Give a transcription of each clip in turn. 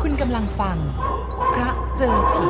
คุณกำลังฟังพระเจอผี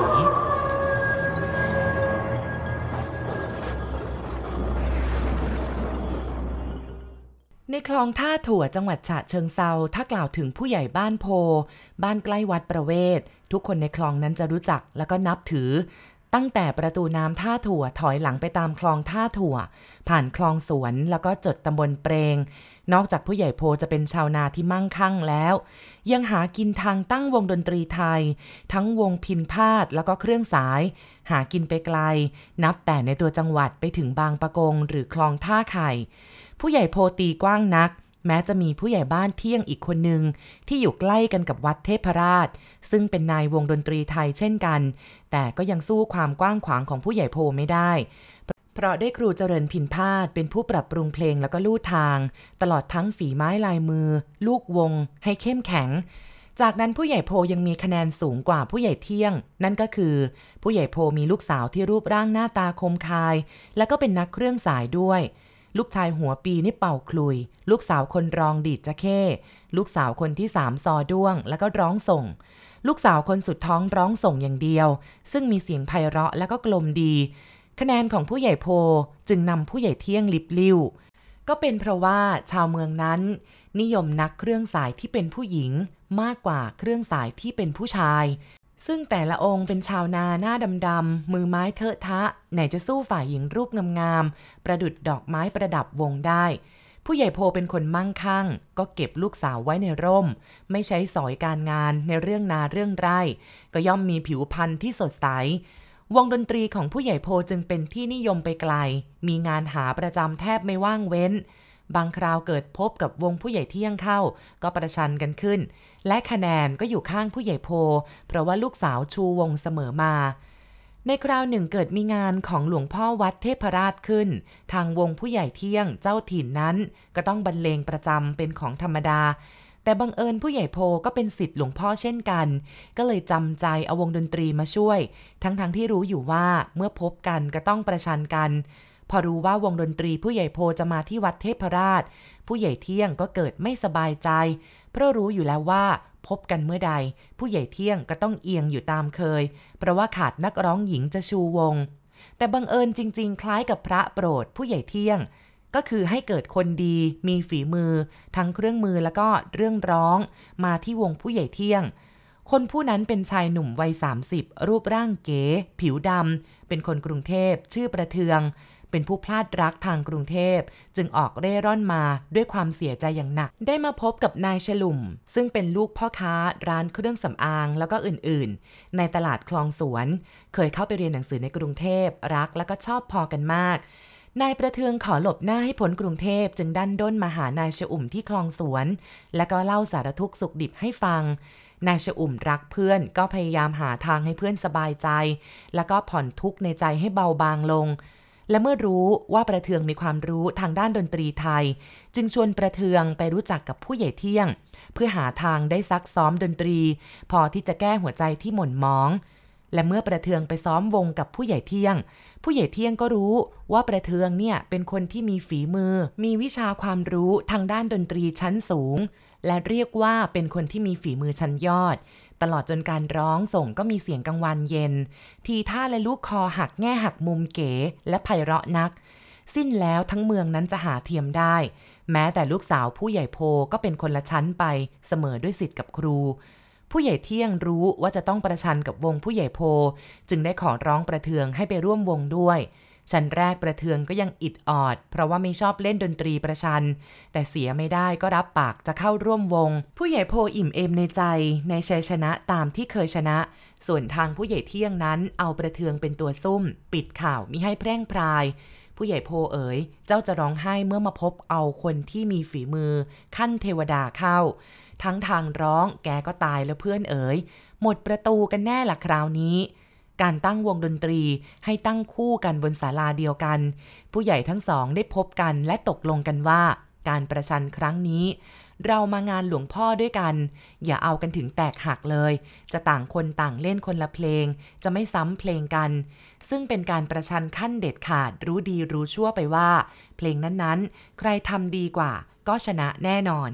ในคลองท่าถั่วจังหวัดฉะเชิงเทราถ้ากล่าวถึงผู้ใหญ่บ้านโพบ้านใกล้วัดประเวศทุกคนในคลองนั้นจะรู้จักแล้วก็นับถือตั้งแต่ประตูน้ำท่าถั่วถอยหลังไปตามคลองท่าถั่วผ่านคลองสวนแล้วก็จดตำบลเปรงนอกจากผู้ใหญ่โพจะเป็นชาวนาที่มั่งคั่งแล้วยังหากินทางตั้งวงดนตรีไทยทั้งวงพิณพาทย์แล้วก็เครื่องสายหากินไปไกลนับแต่ในตัวจังหวัดไปถึงบางปะกงหรือคลองท่าไข่ผู้ใหญ่โพตีกว้างนักแม้จะมีผู้ใหญ่บ้านเที่ยงอีกคนหนึ่งที่อยู่ใกล้กันกับวัดเทพราชซึ่งเป็นนายวงดนตรีไทยเช่นกันแต่ก็ยังสู้ความกว้างขวางของผู้ใหญ่โพไม่ได้เพราะได้ครูเจริญพิณพาทย์เป็นผู้ปรับปรุงเพลงแล้วก็ลู่ทางตลอดทั้งฝีไม้ลายมือลูกวงให้เข้มแข็งจากนั้นผู้ใหญ่โพยังมีคะแนนสูงกว่าผู้ใหญ่เที่ยงนั่นก็คือผู้ใหญ่โพมีลูกสาวที่รูปร่างหน้าตาคมคายและก็เป็นนักเครื่องสายด้วยลูกชายหัวปีนี่เป่าคลุยลูกสาวคนรองดีดจะเข้ลูกสาวคนที่3ซอด้วงแล้วก็ร้องส่งลูกสาวคนสุดท้องร้องส่งอย่างเดียวซึ่งมีเสียงไพเราะและก็กลมดีคะแนนของผู้ใหญ่โพจึงนำผู้ใหญ่เที่ยงลิบลิ่วก็เป็นเพราะว่าชาวเมืองนั้นนิยมนักเครื่องสายที่เป็นผู้หญิงมากกว่าเครื่องสายที่เป็นผู้ชายซึ่งแต่ละองค์เป็นชาวนาหน้าดำๆมือไม้เทอะทะไหนจะสู้ฝ่ายหญิงรูปงามๆประดุจดอกไม้ประดับวงได้ผู้ใหญ่โพเป็นคนมั่งคั่งก็เก็บลูกสาวไว้ในร่มไม่ใช้สอยการงานในเรื่องนาเรื่องไร่ก็ย่อมมีผิวพรรณที่สดใสวงดนตรีของผู้ใหญ่โพจึงเป็นที่นิยมไปไกลมีงานหาประจำแทบไม่ว่างเว้นบางคราวเกิดพบกับวงผู้ใหญ่เที่ยงเข้าก็ประชันกันขึ้นและคะแนนก็อยู่ข้างผู้ใหญ่โพเพราะว่าลูกสาวชูวงเสมอมาในคราวหนึ่งเกิดมีงานของหลวงพ่อวัดเทพราชขึ้นทางวงผู้ใหญ่เที่ยงเจ้าถิ่นนั้นก็ต้องบรรเลงประจำเป็นของธรรมดาแต่บังเอิญผู้ใหญ่โพก็เป็นศิษย์หลวงพ่อเช่นกันก็เลยจำใจเอาวงดนตรีมาช่วยทั้งที่รู้อยู่ว่าเมื่อพบกันก็ต้องประชันกันพอรู้ว่าวงดนตรีผู้ใหญ่โพจะมาที่วัดเทพราชผู้ใหญ่เที่ยงก็เกิดไม่สบายใจเพราะรู้อยู่แล้วว่าพบกันเมื่อใดผู้ใหญ่เที่ยงก็ต้องเอียงอยู่ตามเคยเพราะว่าขาดนักร้องหญิงจะชูวงแต่บังเอิญจริงๆคล้ายกับพระโปรดผู้ใหญ่เที่ยงก็คือให้เกิดคนดีมีฝีมือทั้งเครื่องมือแล้วก็เรื่องร้องมาที่วงผู้ใหญ่เที่ยงคนผู้นั้นเป็นชายหนุ่มวัย30รูปร่างเก๋ผิวดำเป็นคนกรุงเทพชื่อประเทืองเป็นผู้พลาดรักทางกรุงเทพจึงออกเร่ร่อนมาด้วยความเสียใจอย่างหนักได้มาพบกับนายฉลุ่มซึ่งเป็นลูกพ่อค้าร้านเครื่องสำอางแล้วก็อื่นๆในตลาดคลองสวนเคยเข้าไปเรียนหนังสือในกรุงเทพรักแล้วก็ชอบพอกันมากนายประเทืองขอหลบหน้าให้พ้นกรุงเทพจึงดันด้นมาหานายฉลุ่มที่คลองสวนแล้วก็เล่าสารทุกข์สุขดิบให้ฟังนายฉลุ่มรักเพื่อนก็พยายามหาทางให้เพื่อนสบายใจแล้วก็ผ่อนทุกข์ในใจให้เบาบางลงและเมื่อรู้ว่าประเทืองมีความรู้ทางด้านดนตรีไทยจึงชวนประเทืองไปรู้จักกับผู้ใหญ่เที่ยงเพื่อหาทางได้ซักซ้อมดนตรีพอที่จะแก้หัวใจที่หม่นหมองและเมื่อประเทืองไปซ้อมวงกับผู้ใหญ่เที่ยงผู้ใหญ่เที่ยงก็รู้ว่าประเทืองเนี่ยเป็นคนที่มีฝีมือมีวิชาความรู้ทางด้านดนตรีชั้นสูงและเรียกว่าเป็นคนที่มีฝีมือชั้นยอดตลอดจนการร้องส่งก็มีเสียงกังวานเย็นทีท่าและลูกคอหักแง่หักมุมเก๋และไพเราะนักสิ้นแล้วทั้งเมืองนั้นจะหาเทียมได้แม้แต่ลูกสาวผู้ใหญ่โพก็เป็นคนละชั้นไปเสมอด้วยศิษย์กับครูผู้ใหญ่เที่ยงรู้ว่าจะต้องประชันกับวงผู้ใหญ่โพจึงได้ขอร้องประเทืองให้ไปร่วมวงด้วยชั้นแรกประเทืองก็ยังอิดออดเพราะว่าไม่ชอบเล่นดนตรีประชันแต่เสียไม่ได้ก็รับปากจะเข้าร่วมวงผู้ใหญ่โพอิ่มเอมในใจในชัยชนะตามที่เคยชนะส่วนทางผู้ใหญ่เที่ยงนั้นเอาประเทืองเป็นตัวซุ่มปิดข่าวมิให้แพร่งพรายผู้ใหญ่โพเอ๋ยเจ้าจะร้องไห้เมื่อมาพบเอาคนที่มีฝีมือขั้นเทวดาเข้าทั้งทางร้องแกก็ตายแล้วเพื่อนเอ๋ยหมดประตูกันแน่ล่ะคราวนี้การตั้งวงดนตรีให้ตั้งคู่กันบนศาลาเดียวกันผู้ใหญ่ทั้งสองได้พบกันและตกลงกันว่าการประชันครั้งนี้เรามางานหลวงพ่อด้วยกันอย่าเอากันถึงแตกหักเลยจะต่างคนต่างเล่นคนละเพลงจะไม่ซ้ำเพลงกันซึ่งเป็นการประชันขั้นเด็ดขาดรู้ดีรู้ชั่วไปว่าเพลงนั้นๆใครทำดีกว่าก็ชนะแน่นอน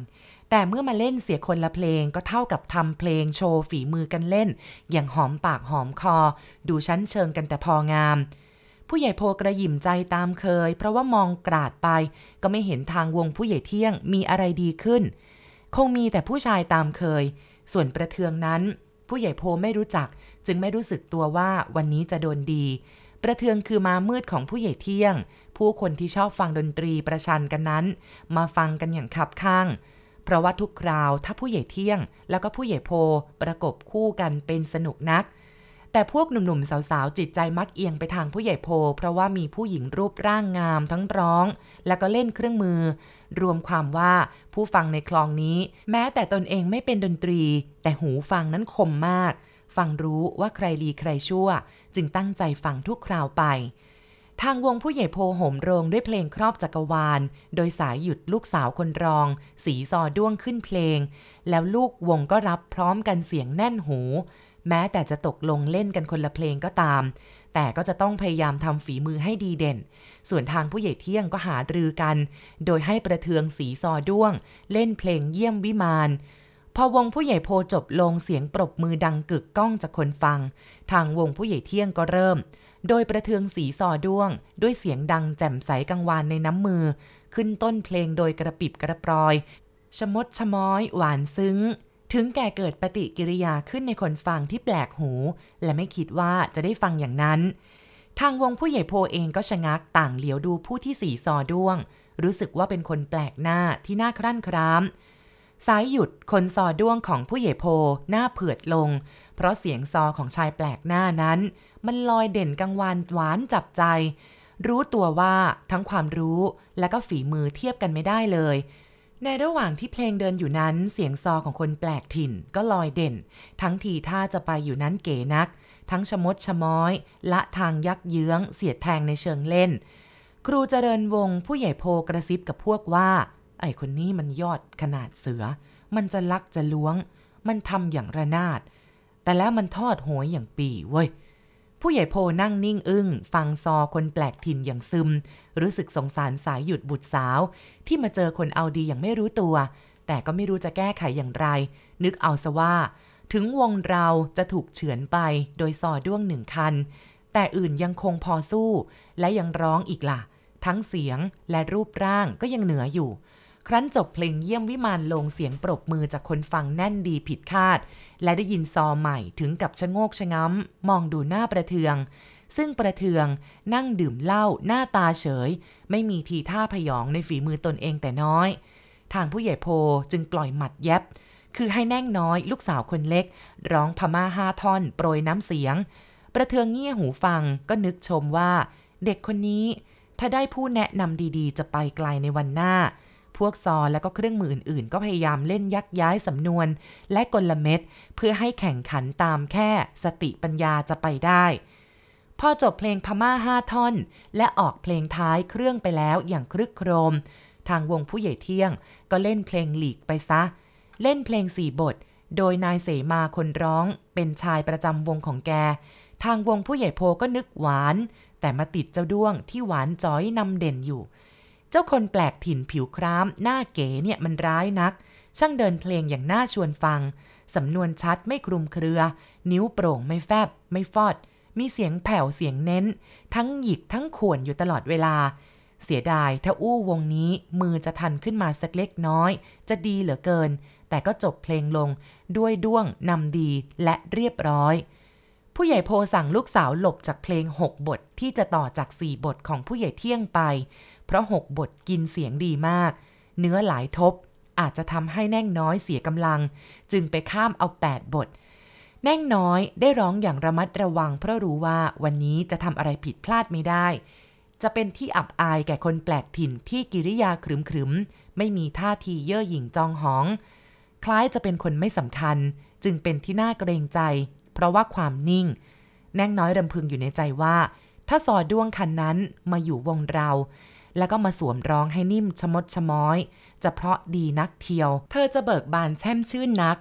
แต่เมื่อมาเล่นเสียคนละเพลงก็เท่ากับทำเพลงโชว์ฝีมือกันเล่นอย่างหอมปากหอมคอดูชั้นเชิงกันแต่พองามผู้ใหญ่โพกระหยิ่มใจตามเคยเพราะว่ามองกราดไปก็ไม่เห็นทางวงผู้ใหญ่เที่ยงมีอะไรดีขึ้นคงมีแต่ผู้ชายตามเคยส่วนประเทืองนั้นผู้ใหญ่โพไม่รู้จักจึงไม่รู้สึกตัวว่าวันนี้จะโดนดีประเทืองคือม้ามืดของผู้ใหญ่เที่ยงผู้คนที่ชอบฟังดนตรีประชันกันนั้นมาฟังกันอย่างคับข้างเพราะว่าทุกคราวถ้าผู้ใหญ่เที่ยงแล้วก็ผู้ใหญ่โพประกบคู่กันเป็นสนุกนักแต่พวกหนุ่มๆสาวๆจิตใจมักเอียงไปทางผู้ใหญ่โพเพราะว่ามีผู้หญิงรูปร่างงามทั้งร้องแล้วก็เล่นเครื่องมือรวมความว่าผู้ฟังในคลองนี้แม้แต่ตนเองไม่เป็นดนตรีแต่หูฟังนั้นคมมากฟังรู้ว่าใครดีใครชั่วจึงตั้งใจฟังทุกคราวไปทางวงผู้ใหญ่โพโหมโรงด้วยเพลงครอบจักรวาลโดยสายหยุดลูกสาวคนรองสีซอด้วงขึ้นเพลงแล้วลูกวงก็รับพร้อมกันเสียงแน่นหูแม้แต่จะตกลงเล่นกันคนละเพลงก็ตามแต่ก็จะต้องพยายามทำฝีมือให้ดีเด่นส่วนทางผู้ใหญ่เที่ยงก็หารือกันโดยให้ประเทืองสีซอด้วงเล่นเพลงเยี่ยมวิมานพอวงผู้ใหญ่โพจบลงเสียงปรบมือดังกึกก้องจากคนฟังทางวงผู้ใหญ่เที่ยงก็เริ่มโดยประเทืองสีซอด้วงด้วยเสียงดังแจ่มใสกังวานในน้ำมือขึ้นต้นเพลงโดยกระปิบกระปรอยชมดชม้อยหวานซึ้งถึงแก่เกิดปฏิกิริยาขึ้นในคนฟังที่แปลกหูและไม่คิดว่าจะได้ฟังอย่างนั้นทางวงผู้ใหญ่โพเองก็ชะงักต่างเหลียวดูผู้ที่สีซอด้วงรู้สึกว่าเป็นคนแปลกหน้าที่น่าครั่นคร้ามสายหยุดคนซอด้วงของผู้ใหญ่โพหน้าเผือดลงเพราะเสียงซอของชายแปลกหน้านั้นมันลอยเด่นกังวานหวานจับใจรู้ตัวว่าทั้งความรู้และก็ฝีมือเทียบกันไม่ได้เลยในระหว่างที่เพลงเดินอยู่นั้นเสียงซอของคนแปลกถิ่นก็ลอยเด่นทั้งทีท่าจะไปอยู่นั้นเก๋นักทั้งชะมดชะม้อยละทางยักเยื้องเสียดแทงในเชิงเล่นครูเจริญวงศ์ผู้ใหญ่โพกระซิบกับพวกว่าไอ้คนนี้มันยอดขนาดเสือมันจะลักจะล้วงมันทำอย่างระนาดแต่แล้วมันทอดโหยอย่างปีเว้ยผู้ใหญ่โพนั่งนิ่งอึ้งฟังซอคนแปลกถิ่นอย่างซึมรู้สึกสงสารสายหยุดบุตรสาวที่มาเจอคนเอาดีอย่างไม่รู้ตัวแต่ก็ไม่รู้จะแก้ไขอย่างไรนึกเอาซะว่าถึงวงเราจะถูกเฉือนไปโดยซอด้วงหนึ่งคันแต่อื่นยังคงพอสู้และยังร้องอีกล่ะทั้งเสียงและรูปร่างก็ยังเหนืออยู่ครั้นจบเพลงเยี่ยมวิมานลงเสียงปรบมือจากคนฟังแน่นดีผิดคาดและได้ยินซอใหม่ถึงกับชะโงกชะง้ำมองดูหน้าประเทืองซึ่งประเทืองนั่งดื่มเหล้าหน้าตาเฉยไม่มีทีท่าพยองในฝีมือตนเองแต่น้อยทางผู้ใหญ่โพจึงปล่อยหมัดแยบคือให้แน่งน้อยลูกสาวคนเล็กร้องพม่า5 ท่อนโปรยน้ำเสียงประเทืองเงี่ยหูฟังก็นึกชมว่าเด็กคนนี้ถ้าได้ผู้แนะนำดีๆจะไปไกลในวันหน้าพวกซอและก็เครื่องมืออื่นๆก็พยายามเล่นยักย้ายสำนวนและกลเม็ดเพื่อให้แข่งขันตามแค่สติปัญญาจะไปได้พอจบเพลงพม่า5 ท่อนและออกเพลงท้ายเครื่องไปแล้วอย่างครึกโครมทางวงผู้ใหญ่เที่ยงก็เล่นเพลงหลีกไปซะเล่นเพลง4 บทโดยนายเสมาคนร้องเป็นชายประจำวงของแกทางวงผู้ใหญ่โพก็นึกหวานแต่มาติดเจ้าด้วงที่หวานจ้อยนำเด่นอยู่เจ้าคนแปลกถิ่นผิวคร้ามหน้าเก๋เนี่ยมันร้ายนักช่างเดินเพลงอย่างน่าชวนฟังสำนวนชัดไม่คลุมเครือนิ้วโปร่งไม่แฟบไม่ฟอดมีเสียงแผ่วเสียงเน้นทั้งหยิกทั้งข่วนอยู่ตลอดเวลาเสียดายถ้าอู้วงนี้มือจะทันขึ้นมาสักเล็กน้อยจะดีเหลือเกินแต่ก็จบเพลงลงด้วยด้วงนำดีและเรียบร้อยผู้ใหญ่โพสั่งลูกสาวหลบจากเพลง6 บทที่จะต่อจาก4 บทของผู้ใหญ่เที่ยงไปเพราะ6 บทกินเสียงดีมากเนื้อหลายทบอาจจะทำให้แน่งน้อยเสียกำลังจึงไปข้ามเอา8 บทแน่งน้อยได้ร้องอย่างระมัดระวังเพราะรู้ว่าวันนี้จะทำอะไรผิดพลาดไม่ได้จะเป็นที่อับอายแก่คนแปลกถิ่นที่กิริยาขรึมๆไม่มีท่าทีเย่อหยิ่งจองหองคล้ายจะเป็นคนไม่สำคัญจึงเป็นที่น่าเกรงใจเพราะว่าความนิ่งแน่งน้อยรำพึงอยู่ในใจว่าถ้าซอด้วงคันนั้นมาอยู่วงเราแล้วก็มาสวมร้องให้นิ่มชะมดชะม้อยจะเพราะดีนักเทียวเธอจะเบิกบานแช่มชื่นนัก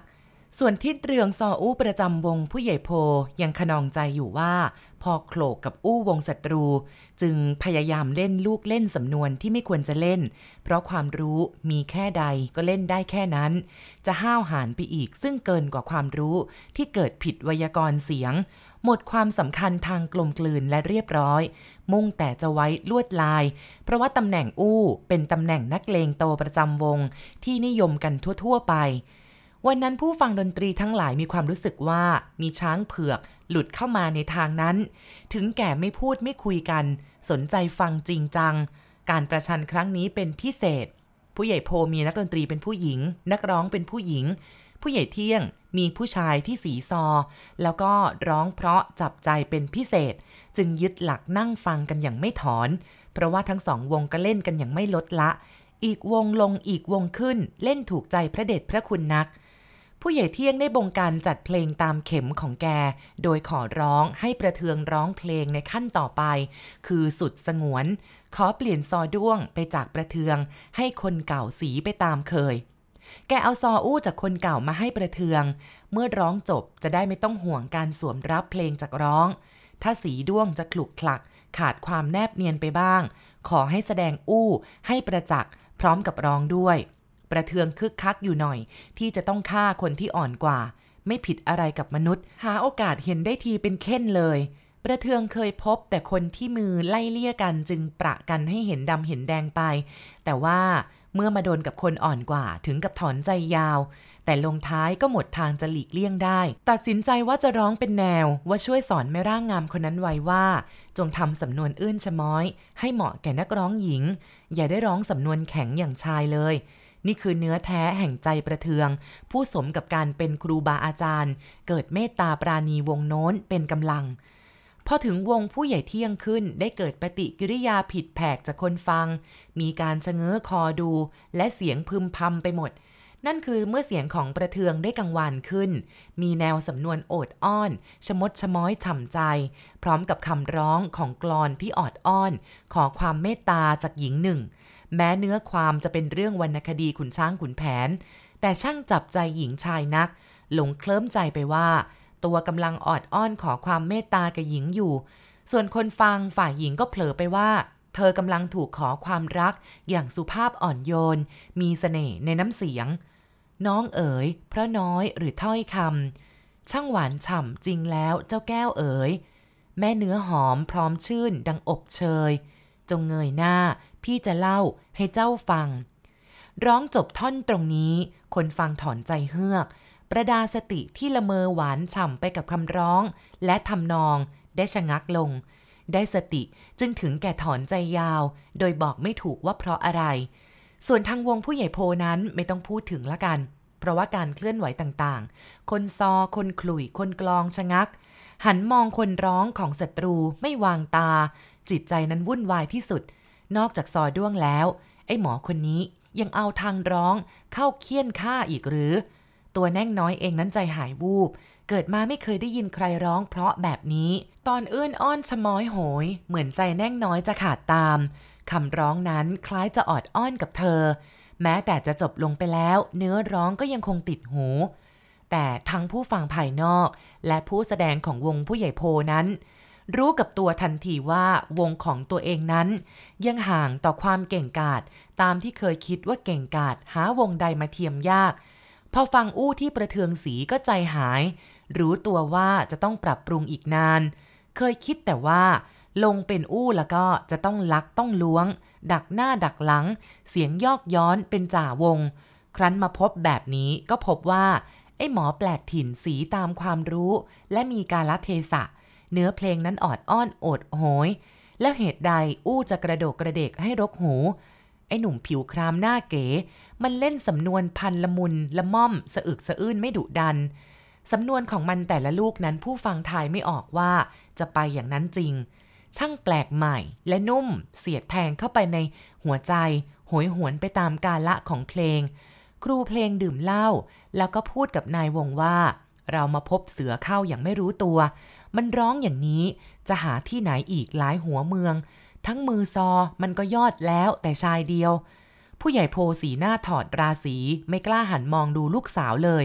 ส่วนทิดเรืองซออู้ประจำวงผู้ใหญ่โพยังขนองใจอยู่ว่าพอโขลกกับอู้วงศัตรูจึงพยายามเล่นลูกเล่นสำนวนที่ไม่ควรจะเล่นเพราะความรู้มีแค่ใดก็เล่นได้แค่นั้นจะห้าวหาญไปอีกซึ่งเกินกว่าความรู้ที่เกิดผิดไวยากรณ์เสียงหมดความสำคัญทางกลมกลืนและเรียบร้อยมุ่งแต่จะไว้ลวดลายเพราะว่าตำแหน่งอู้เป็นตำแหน่งนักเลงโตประจำวงที่นิยมกันทั่วๆไปวันนั้นผู้ฟังดนตรีทั้งหลายมีความรู้สึกว่ามีช้างเผือกหลุดเข้ามาในทางนั้นถึงแก่ไม่พูดไม่คุยกันสนใจฟังจริงจังการประชันครั้งนี้เป็นพิเศษผู้ใหญ่โพมีนักดนตรีเป็นผู้หญิงนักร้องเป็นผู้หญิงผู้ใหญ่เที่ยงมีผู้ชายที่สีซอแล้วก็ร้องเพราะจับใจเป็นพิเศษจึงยึดหลักนั่งฟังกันอย่างไม่ถอนเพราะว่าทั้งสองวงก็เล่นกันอย่างไม่ลดละอีกวงลงอีกวงขึ้นเล่นถูกใจพระเดชพระคุณนักผู้ใหญ่เที่ยงได้บงการจัดเพลงตามเข็มของแกโดยขอร้องให้ประเทืองร้องเพลงในขั้นต่อไปคือสุดสงวนขอเปลี่ยนซอด้วงไปจากประเทืองให้คนเก่าสีไปตามเคยแกเอาซออู้จากคนเก่ามาให้ประเทืองเมื่อร้องจบจะได้ไม่ต้องห่วงการสวมรับเพลงจากร้องถ้าสีด้วงจะขลุกคลักขาดความแนบเนียนไปบ้างขอให้แสดงอู้ให้ประจักษ์พร้อมกับร้องด้วยประเทืองคึกคักอยู่หน่อยที่จะต้องฆ่าคนที่อ่อนกว่าไม่ผิดอะไรกับมนุษย์หาโอกาสเห็นได้ทีเป็นเข่นเลยประเทืองเคยพบแต่คนที่มือไล่เลี่ยกันจึงประกันให้เห็นดำเห็นแดงไปแต่ว่าเมื่อมาโดนกับคนอ่อนกว่าถึงกับถอนใจยาวแต่ลงท้ายก็หมดทางจะหลีกเลี่ยงได้ตัดสินใจว่าจะร้องเป็นแนวว่าช่วยสอนแม่ร่างงามคนนั้นไว้ว่าจงทำสำนวนอื้นชะม้อยให้เหมาะแก่นักร้องหญิงอย่าได้ร้องสำนวนแข็งอย่างชายเลยนี่คือเนื้อแท้แห่งใจประเทืองผู้สมกับการเป็นครูบาอาจารย์เกิดเมตตาปราณีวงโน้นเป็นกำลังพอถึงวงผู้ใหญ่เที่ยงขึ้นได้เกิดปฏิกิริยาผิดแผกจากคนฟังมีการชะเง้อคอดูและเสียงพึมพำไปหมดนั่นคือเมื่อเสียงของประเทืองได้กังวานขึ้นมีแนวสำนวนโอดอ้อนชะมดชะม้อยฉ่ำใจพร้อมกับคำร้องของกลอนที่ออดอ้อนขอความเมตตาจากหญิงหนึ่งแม้เนื้อความจะเป็นเรื่องวรรณคดีขุนช้างขุนแผนแต่ช่างจับใจหญิงชายนักหลงเคลิ้มใจไปว่าตัวกำลังออดอ้อนขอความเมตตากับหญิงอยู่ส่วนคนฟังฝ่ายหญิงก็เผลอไปว่าเธอกำลังถูกขอความรักอย่างสุภาพอ่อนโยนมีเสน่ห์ในน้ำเสียงน้องเอ๋ยเพราะน้อยหรือถ้อยคำช่างหวานฉ่ำจริงแล้วเจ้าแก้วเอ๋ยแม่เนื้อหอมพร้อมชื่นดังอบเชยจงเงยหน้าพี่จะเล่าให้เจ้าฟังร้องจบท่อนตรงนี้คนฟังถอนใจเฮือกประดาสติที่ละเมอหวานฉ่ำไปกับคำร้องและทำนองได้ชะงักลงได้สติจึงถึงแก่ถอนใจยาวโดยบอกไม่ถูกว่าเพราะอะไรส่วนทางวงผู้ใหญ่โพนั้นไม่ต้องพูดถึงละกันเพราะว่าการเคลื่อนไหวต่างๆคนซอคนขลุ่ยคนกลองชะงักหันมองคนร้องของศัตรูไม่วางตาจิตใจนั้นวุ่นวายที่สุดนอกจากซอด้วงแล้วไอ้หมอคนนี้ยังเอาทางร้องเข้าเคี่ยนฆ่าอีกหรือตัวแน่งน้อยเองนั้นใจหายวูบเกิดมาไม่เคยได้ยินใครร้องเพราะแบบนี้ตอนอื้นอ้อนชะม้อยโหยเหมือนใจแน่งน้อยจะขาดตามคำร้องนั้นคล้ายจะออดอ้อนกับเธอแม้แต่จะจบลงไปแล้วเนื้อร้องก็ยังคงติดหูแต่ทั้งผู้ฟังภายนอกและผู้แสดงของวงผู้ใหญ่โพนั้นรู้กับตัวทันทีว่าวงของตัวเองนั้นยังห่างต่อความเก่งกาจตามที่เคยคิดว่าเก่งกาจหาวงใดมาเทียมยากพอฟังอู้ที่ประเทืองศรีก็ใจหายรู้ตัวว่าจะต้องปรับปรุงอีกนานเคยคิดแต่ว่าลงเป็นอู้แล้วก็จะต้องลักต้องล้วงดักหน้าดักหลังเสียงยอกย้อนเป็นจ่าวงครั้นมาพบแบบนี้ก็พบว่าไอ้หมอแปลกถิ่นสีตามความรู้และมีกาลเทศะเนื้อเพลงนั้นออดอ้อนโอดโหยแล้วเหตุใดอู้จะกระโดกกระเดกให้รกหูไอ้หนุ่มผิวครามหน้าเก๋มันเล่นสำนวนพันละมุนละม่อมสะอึกสะอื้นไม่ดุดันสำนวนของมันแต่ละลูกนั้นผู้ฟังทายไม่ออกว่าจะไปอย่างนั้นจริงช่างแปลกใหม่และนุ่มเสียดแทงเข้าไปในหัวใจโหยหวนไปตามกาละของเพลงครูเพลงดื่มเหล้าแล้วก็พูดกับนายวงว่าเรามาพบเสือเข้าอย่างไม่รู้ตัวมันร้องอย่างนี้จะหาที่ไหนอีกหลายหัวเมืองทั้งมือซอมันก็ยอดแล้วแต่ชายเดียวผู้ใหญ่โพสีหน้าถอดราศีไม่กล้าหันมองดูลูกสาวเลย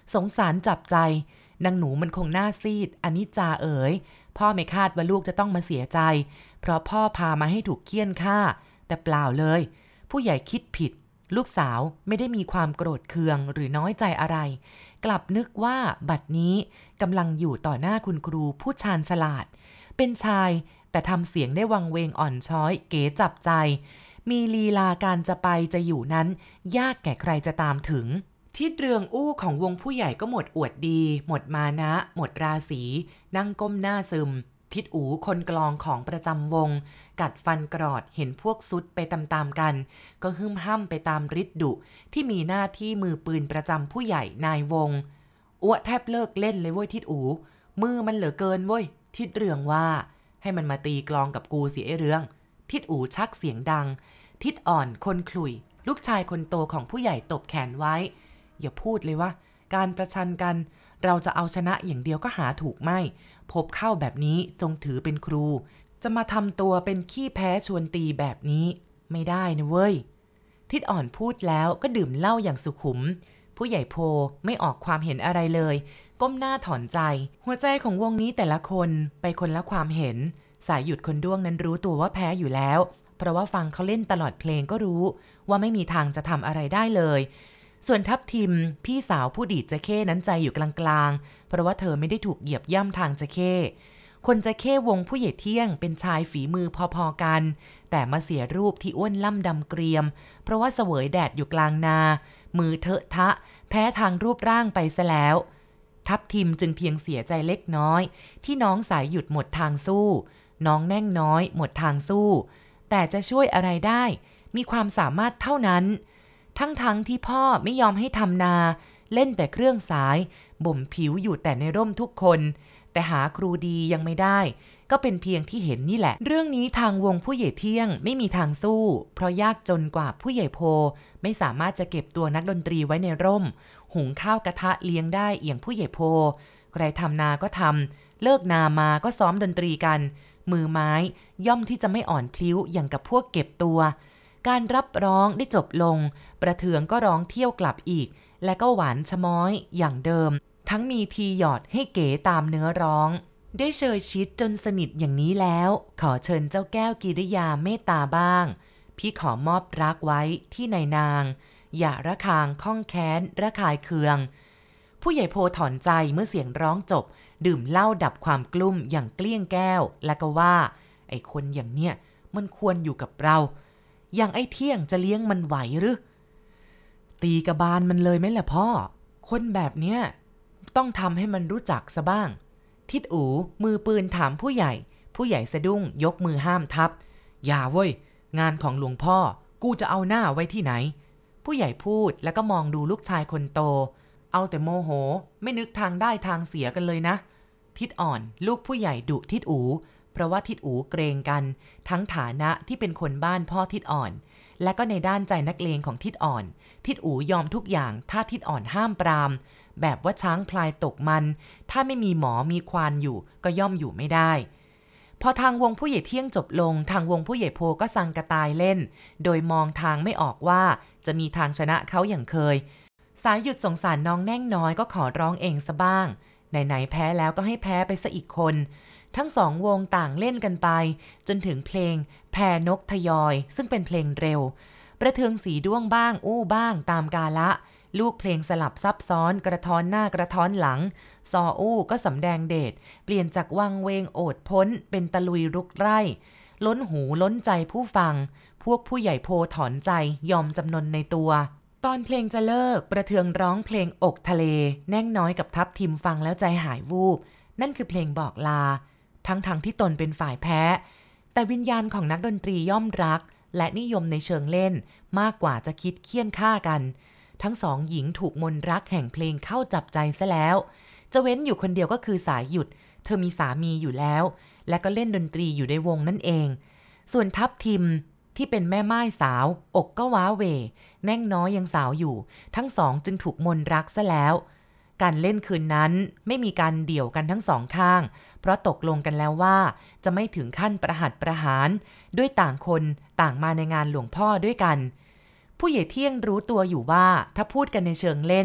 สงสารจับใจนางหนูมันคงหน้าซีดอนิจจาเอ๋ยพ่อไม่คาดว่าลูกจะต้องมาเสียใจเพราะพ่อพามาให้ถูกเฆี่ยนฆ่าแต่เปล่าเลยผู้ใหญ่คิดผิดลูกสาวไม่ได้มีความโกรธเคืองหรือน้อยใจอะไรกลับนึกว่าบัดนี้กำลังอยู่ต่อหน้าคุณครูผู้ชาญฉลาดเป็นชายแต่ทำเสียงได้วังเวงอ่อนช้อยเก๋จับใจมีลีลาการจะไปจะอยู่นั้นยากแก่ใครจะตามถึงทิดเรืองอู้ของวงผู้ใหญ่ก็หมดอวดดีหมดมานะหมดราศีนั่งก้มหน้าซึมทิดอูคนกลองของประจำวงกัดฟันกรอดเห็นพวกซุดไปตามๆกันก็หึ่มห้ำไปตามฤทธิ์ดุที่มีหน้าที่มือปืนประจำผู้ใหญ่นายวงอ้วแทบเลิกเล่นเลยเว้ยทิดอูมือมันเหลือเกินเว้ยทิดเรืองว่าให้มันมาตีกลองกับกูสิไอ้เรืองทิดอูชักเสียงดังทิดอ่อนคนขลุ่ยลูกชายคนโตของผู้ใหญ่ตบแขนไว้อย่าพูดเลยว่าการประชันกันเราจะเอาชนะอย่างเดียวก็หาถูกไม่พบเข้าแบบนี้จงถือเป็นครูจะมาทำตัวเป็นขี้แพ้ชวนตีแบบนี้ไม่ได้นะเว้ยทิดอ่อนพูดแล้วก็ดื่มเหล้าอย่างสุขุมผู้ใหญ่โพไม่ออกความเห็นอะไรเลยก้มหน้าถอนใจหัวใจของวงนี้แต่ละคนไปคนละความเห็นสายหยุดคนด้วงนั้นรู้ตัวว่าแพ้อยู่แล้วเพราะว่าฟังเขาเล่นตลอดเพลงก็รู้ว่าไม่มีทางจะทำอะไรได้เลยส่วนทัพทิมพี่สาวผู้ดีดจะเข้นั้นใจอยู่กลางๆเพราะว่าเธอไม่ได้ถูกเหยียบย่ำทางจะเข้คนจะเข้วงผู้ใหญ่เที่ยงเป็นชายฝีมือพอๆกันแต่มาเสียรูปที่อ้วนล่ำดำเกรียมเพราะว่าเสวยแดดอยู่กลางนามือเถอะทะแพ้ทางรูปร่างไปซะแล้วทัพทิมจึงเพียงเสียใจเล็กน้อยที่น้องสายหยุดหมดทางสู้น้องแน่งน้อยหมดทางสู้แต่จะช่วยอะไรได้มีความสามารถเท่านั้นทั้งที่พ่อไม่ยอมให้ทำนาเล่นแต่เครื่องสายบ่มผิวอยู่แต่ในร่มทุกคนแต่หาครูดียังไม่ได้ก็เป็นเพียงที่เห็นนี่แหละเรื่องนี้ทางวงผู้ใหญ่เที่ยงไม่มีทางสู้เพราะยากจนกว่าผู้ใหญ่โพไม่สามารถจะเก็บตัวนักดนตรีไว้ในร่มหุงข้าวกระทะเลี้ยงได้อย่างผู้ใหญ่โพใครทำนาก็ทำเลิกนามาก็ซ้อมดนตรีกันมือไม้ย่อมที่จะไม่อ่อนพลิ้วอย่างกับพวกเก็บตัวการรับร้องได้จบลงประเทืองก็ร้องเที่ยวกลับอีกและก็หวานชะม้อยอย่างเดิมทั้งมีทีหยอดให้เก๋ตามเนื้อร้องได้เชยชิดจนสนิทอย่างนี้แล้วขอเชิญเจ้าแก้วกิริยาเมตตาบ้างพี่ขอมอบรักไว้ที่นายนางอย่าระคางข้องแค้นระคายเคืองผู้ใหญ่โพถอนใจเมื่อเสียงร้องจบดื่มเหล้าดับความกลุ้มอย่างเกลี้ยงแก้วแล้วก็ว่าไอ้คนอย่างเนี้ยมันควรอยู่กับเราอย่างไอ้เที่ยงจะเลี้ยงมันไหวหรือตีกระบาลมันเลยไหมล่ะพ่อคนแบบเนี้ยต้องทำให้มันรู้จักซะบ้างทิดอูมือปืนถามผู้ใหญ่สะดุ้งยกมือห้ามทับอย่าเว้ยงานของหลวงพ่อกูจะเอาหน้าไว้ที่ไหนผู้ใหญ่พูดแล้วก็มองดูลูกชายคนโตเอาแต่โมโหไม่นึกทางได้ทางเสียกันเลยนะทิดอ่อนลูกผู้ใหญ่ดุทิดอูเพราะว่าทิดอูเกรงกันทั้งฐานะที่เป็นคนบ้านพ่อทิดอ่อนและก็ในด้านใจนักเลงของทิดอ่อนทิดอูยอมทุกอย่างถ้าทิดอ่อนห้ามปรามแบบว่าช้างพลายตกมันถ้าไม่มีหมอมีควานอยู่ก็ย่อมอยู่ไม่ได้พอทางวงผู้ใหญ่เที่ยงจบลงทางวงผู้ใหญ่โพก็สังกะตายเล่นโดยมองทางไม่ออกว่าจะมีทางชนะเขาอย่างเคยสายหยุดสงสารน้องแน่งน้อยก็ขอร้องเองซะบ้างไหนๆแพ้แล้วก็ให้แพ้ไปซะอีกคนทั้งสองวงต่างเล่นกันไปจนถึงเพลงแพนกทยอยซึ่งเป็นเพลงเร็วประเทืองสีด้วงบ้างอู้บ้างตามกาละลูกเพลงสลับซับซ้อนกระท้อนหน้ากระท้อนหลังซออู้ก็สำแดงเดชเปลี่ยนจากวังเวงโอดพ้นเป็นตะลุยรุกไร่ล้นหูล้นใจผู้ฟังพวกผู้ใหญ่โพถอนใจยอมจำนนในตัวตอนเพลงจะเลิกประเทืองร้องเพลงอกทะเลแน่งน้อยกับทัพทิมฟังแล้วใจหายวูบนั่นคือเพลงบอกลาทั้งที่ตนเป็นฝ่ายแพ้แต่วิญญาณของนักดนตรีย่อมรักและนิยมในเชิงเล่นมากกว่าจะคิดเคี่ยนฆ่ากันทั้งสองหญิงถูกมนต์รักแห่งเพลงเข้าจับใจซะแล้วจะเว้นอยู่คนเดียวก็คือสายหยุดเธอมีสามีอยู่แล้วและก็เล่นดนตรีอยู่ในวงนั่นเองส่วนทัพทิมที่เป็นแม่ม่ายสาวอกก็ว้าเหวแน่งน้อยยังสาวอยู่ทั้งสองจึงถูกมนต์รักซะแล้วการเล่นคืนนั้นไม่มีการเดี่ยวกันทั้งสองข้างเพราะตกลงกันแล้วว่าจะไม่ถึงขั้นประหัตประหารด้วยต่างคนต่างมาในงานหลวงพ่อด้วยกันผู้ใหญ่เที่ยงรู้ตัวอยู่ว่าถ้าพูดกันในเชิงเล่น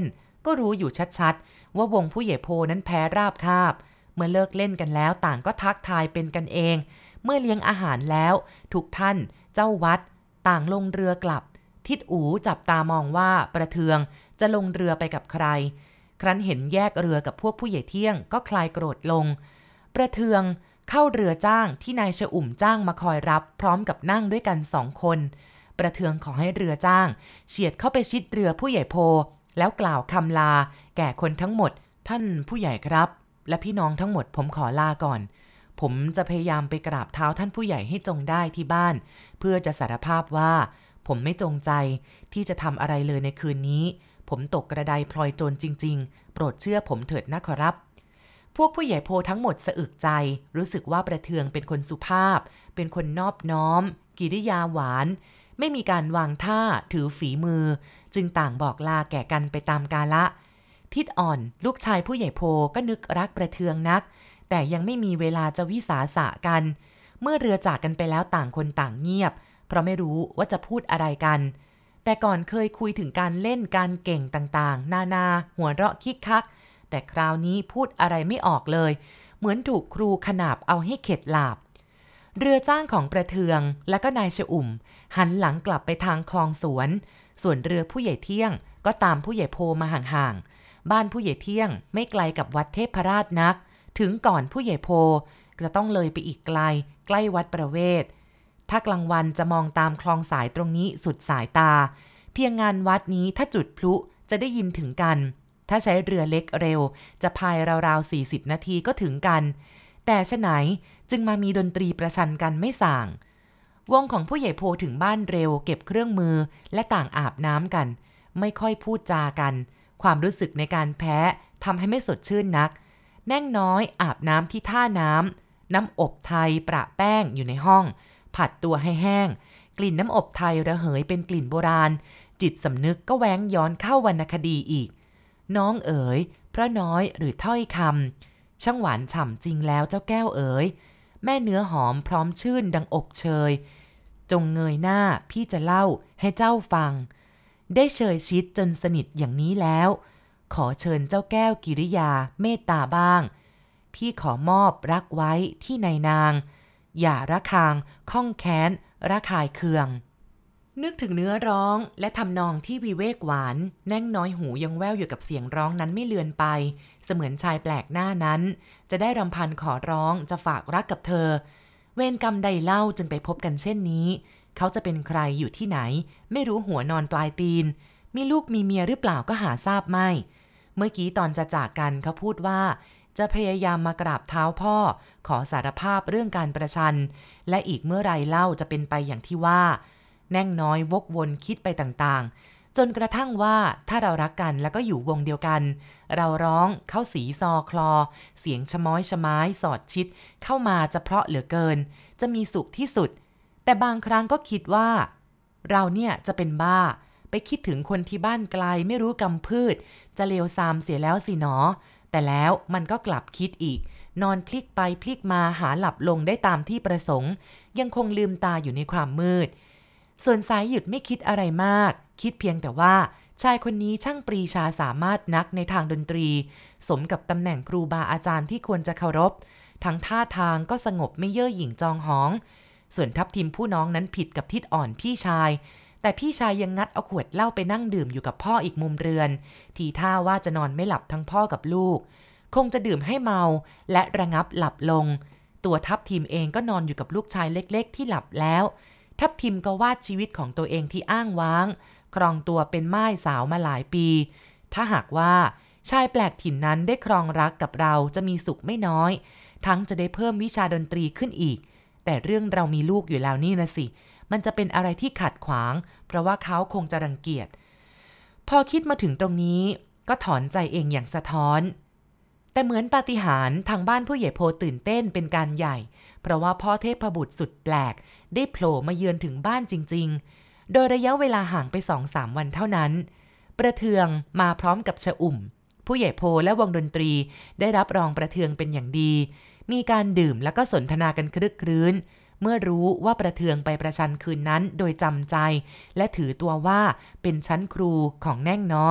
ก็รู้อยู่ชัดๆว่าวงผู้ใหญ่โพนั้นแพ้ราบคาบเมื่อเลิกเล่นกันแล้วต่างก็ทักทายเป็นกันเองเมื่อเลี้ยงอาหารแล้วทุกท่านเจ้าวัดต่างลงเรือกลับทิดอูจับตามองว่าประเทืองจะลงเรือไปกับใครครั้นเห็นแยกเรือกับพวกผู้ใหญ่เที่ยงก็คลายโกรธลงประเทืองเข้าเรือจ้างที่นายชอุ่มจ้างมาคอยรับพร้อมกับนั่งด้วยกัน2 คนประเทืองขอให้เรือจ้างเฉียดเข้าไปชิดเรือผู้ใหญ่โพแล้วกล่าวคำลาแก่คนทั้งหมดท่านผู้ใหญ่ครับและพี่น้องทั้งหมดผมขอลาก่อนผมจะพยายามไปกราบเท้าท่านผู้ใหญ่ให้จงได้ที่บ้านเพื่อจะสารภาพว่าผมไม่จงใจที่จะทำอะไรเลยในคืนนี้ผมตกกระไดพลอยโจรจริงๆโปรดเชื่อผมเถิดนะขอรับพวกผู้ใหญ่โพทั้งหมดสะอึกใจรู้สึกว่าประเทืองเป็นคนสุภาพเป็นคนนอบน้อมกิริยาหวานไม่มีการวางท่าถือฝีมือจึงต่างบอกลาแก่กันไปตามกาละทิดอ่อนลูกชายผู้ใหญ่โพก็นึกรักประเทืองนักแต่ยังไม่มีเวลาจะวิสาสะกันเมื่อเรือจากกันไปแล้วต่างคนต่างเงียบเพราะไม่รู้ว่าจะพูดอะไรกันแต่ก่อนเคยคุยถึงการเล่นการเก่งต่างๆนาหัวเราะคิกคักแต่คราวนี้พูดอะไรไม่ออกเลยเหมือนถูกครูขนาบเอาให้เข็ดหลาบเรือจ้างของประเทืองและก็นายชอุ่มหันหลังกลับไปทางคลองสวนส่วนเรือผู้ใหญ่เที่ยงก็ตามผู้ใหญ่โพมาห่างๆบ้านผู้ใหญ่เที่ยงไม่ไกลกับวัดเทพราชนักถึงก่อนผู้ใหญ่โพจะต้องเลยไปอีกไกลใกล้วัดประเวศถ้ากลางวันจะมองตามคลองสายตรงนี้สุดสายตาเพียงงานวัดนี้ถ้าจุดพลุจะได้ยินถึงกันถ้าใช้เรือเล็กเร็วจะพายราวๆ40 นาทีก็ถึงกันแต่ฉะไหนจึงมามีดนตรีประชันกันไม่ส่างวงของผู้ใหญ่โพถึงบ้านเร็วเก็บเครื่องมือและต่างอาบน้ำกันไม่ค่อยพูดจากันความรู้สึกในการแพ้ทำให้ไม่สดชื่นนักแน่งน้อยอาบน้ำที่ท่าน้ำอบไทยประแป้งอยู่ในห้องผัดตัวให้แห้งกลิ่นน้ำอบไทยระเหยเป็นกลิ่นโบราณจิตสำนึกก็แว้งย้อนเข้าวรรณคดีอีกน้องเอ๋ยพระน้อยหรือถ้อยคำช่างหวานฉ่ำจริงแล้วเจ้าแก้วเอ๋ยแม่เนื้อหอมพร้อมชื่นดังอบเชยจงเงยหน้าพี่จะเล่าให้เจ้าฟังได้เชยชิดจนสนิทอย่างนี้แล้วขอเชิญเจ้าแก้วกิริยาเมตตาบ้างพี่ขอมอบรักไว้ที่ในนางอย่าระคางข้องแค้นระคายเคืองนึกถึงเนื้อร้องและทำนองที่วิเวกหวานแน่งน้อยหูยังแว่วอยู่กับเสียงร้องนั้นไม่เลือนไปเสมือนชายแปลกหน้านั้นจะได้รำพันขอร้องจะฝากรักกับเธอเวรกรรมใดเล่าจึงไปพบกันเช่นนี้เขาจะเป็นใครอยู่ที่ไหนไม่รู้หัวนอนปลายตีนมีลูกมีเมียหรือเปล่าก็หาทราบไม่เมื่อกี้ตอนจะจากกันเขาพูดว่าจะพยายามมากราบเท้าพ่อขอสารภาพเรื่องการประชันและอีกเมื่อไรเล่าจะเป็นไปอย่างที่ว่าแน่งน้อยวกวนคิดไปต่างๆจนกระทั่งว่าถ้าเรารักกันแล้วก็อยู่วงเดียวกันเราร้องเข้าสีซอคลอเสียงชะม้อยชะม้ายสอดชิดเข้ามาจะเพราะเหลือเกินจะมีสุขที่สุดแต่บางครั้งก็คิดว่าเราเนี่ยจะเป็นบ้าไปคิดถึงคนที่บ้านไกลไม่รู้กำพืชจะเลวทรามเสียแล้วสิหนอแต่แล้วมันก็กลับคิดอีกนอนพลิกไปพลิกมาหาหลับลงได้ตามที่ประสงค์ยังคงลืมตาอยู่ในความมืดส่วนสายหยุดไม่คิดอะไรมากคิดเพียงแต่ว่าชายคนนี้ช่างปรีชาสามารถนักในทางดนตรีสมกับตำแหน่งครูบาอาจารย์ที่ควรจะเคารพทั้งท่าทางก็สงบไม่เย่อหยิ่งจองหองส่วนทัพทีมผู้น้องนั้นผิดกับทิดอ่อนพี่ชายแต่พี่ชายยังงัดเอาขวดเหล้าไปนั่งดื่มอยู่กับพ่ออีกมุมเรือนทีท่าว่าจะนอนไม่หลับทั้งพ่อกับลูกคงจะดื่มให้เมาและระงับหลับลงตัวทัพทีมเองก็นอนอยู่กับลูกชายเล็กๆที่หลับแล้วทัพทิมก็วาดชีวิตของตัวเองที่อ้างว้างครองตัวเป็นม่ายสาวมาหลายปีถ้าหากว่าชายแปลกถิ่นนั้นได้ครองรักกับเราจะมีสุขไม่น้อยทั้งจะได้เพิ่มวิชาดนตรีขึ้นอีกแต่เรื่องเรามีลูกอยู่แล้วนี่นะสิมันจะเป็นอะไรที่ขัดขวางเพราะว่าเขาคงจะรังเกียจพอคิดมาถึงตรงนี้ก็ถอนใจเองอย่างสะท้อนแต่เหมือนปาฏิหาริย์ทางบ้านผู้ใหญ่โพตื่นเต้นเป็นการใหญ่เพราะว่าพ่อเทพบุตรสุดแปลกได้โผล่มาเยือนถึงบ้านจริงๆโดยระยะเวลาห่างไป 2-3 วันเท่านั้นประเทืองมาพร้อมกับชะอุ่มผู้ใหญ่โพและวงดนตรีได้รับรองประเทืองเป็นอย่างดีมีการดื่มแล้วก็สนทนากันครึกครื้นเมื่อรู้ว่าประเทืองไปประชันคืนนั้นโดยจำใจและถือตัวว่าเป็นชั้นครูของแน่งน้อย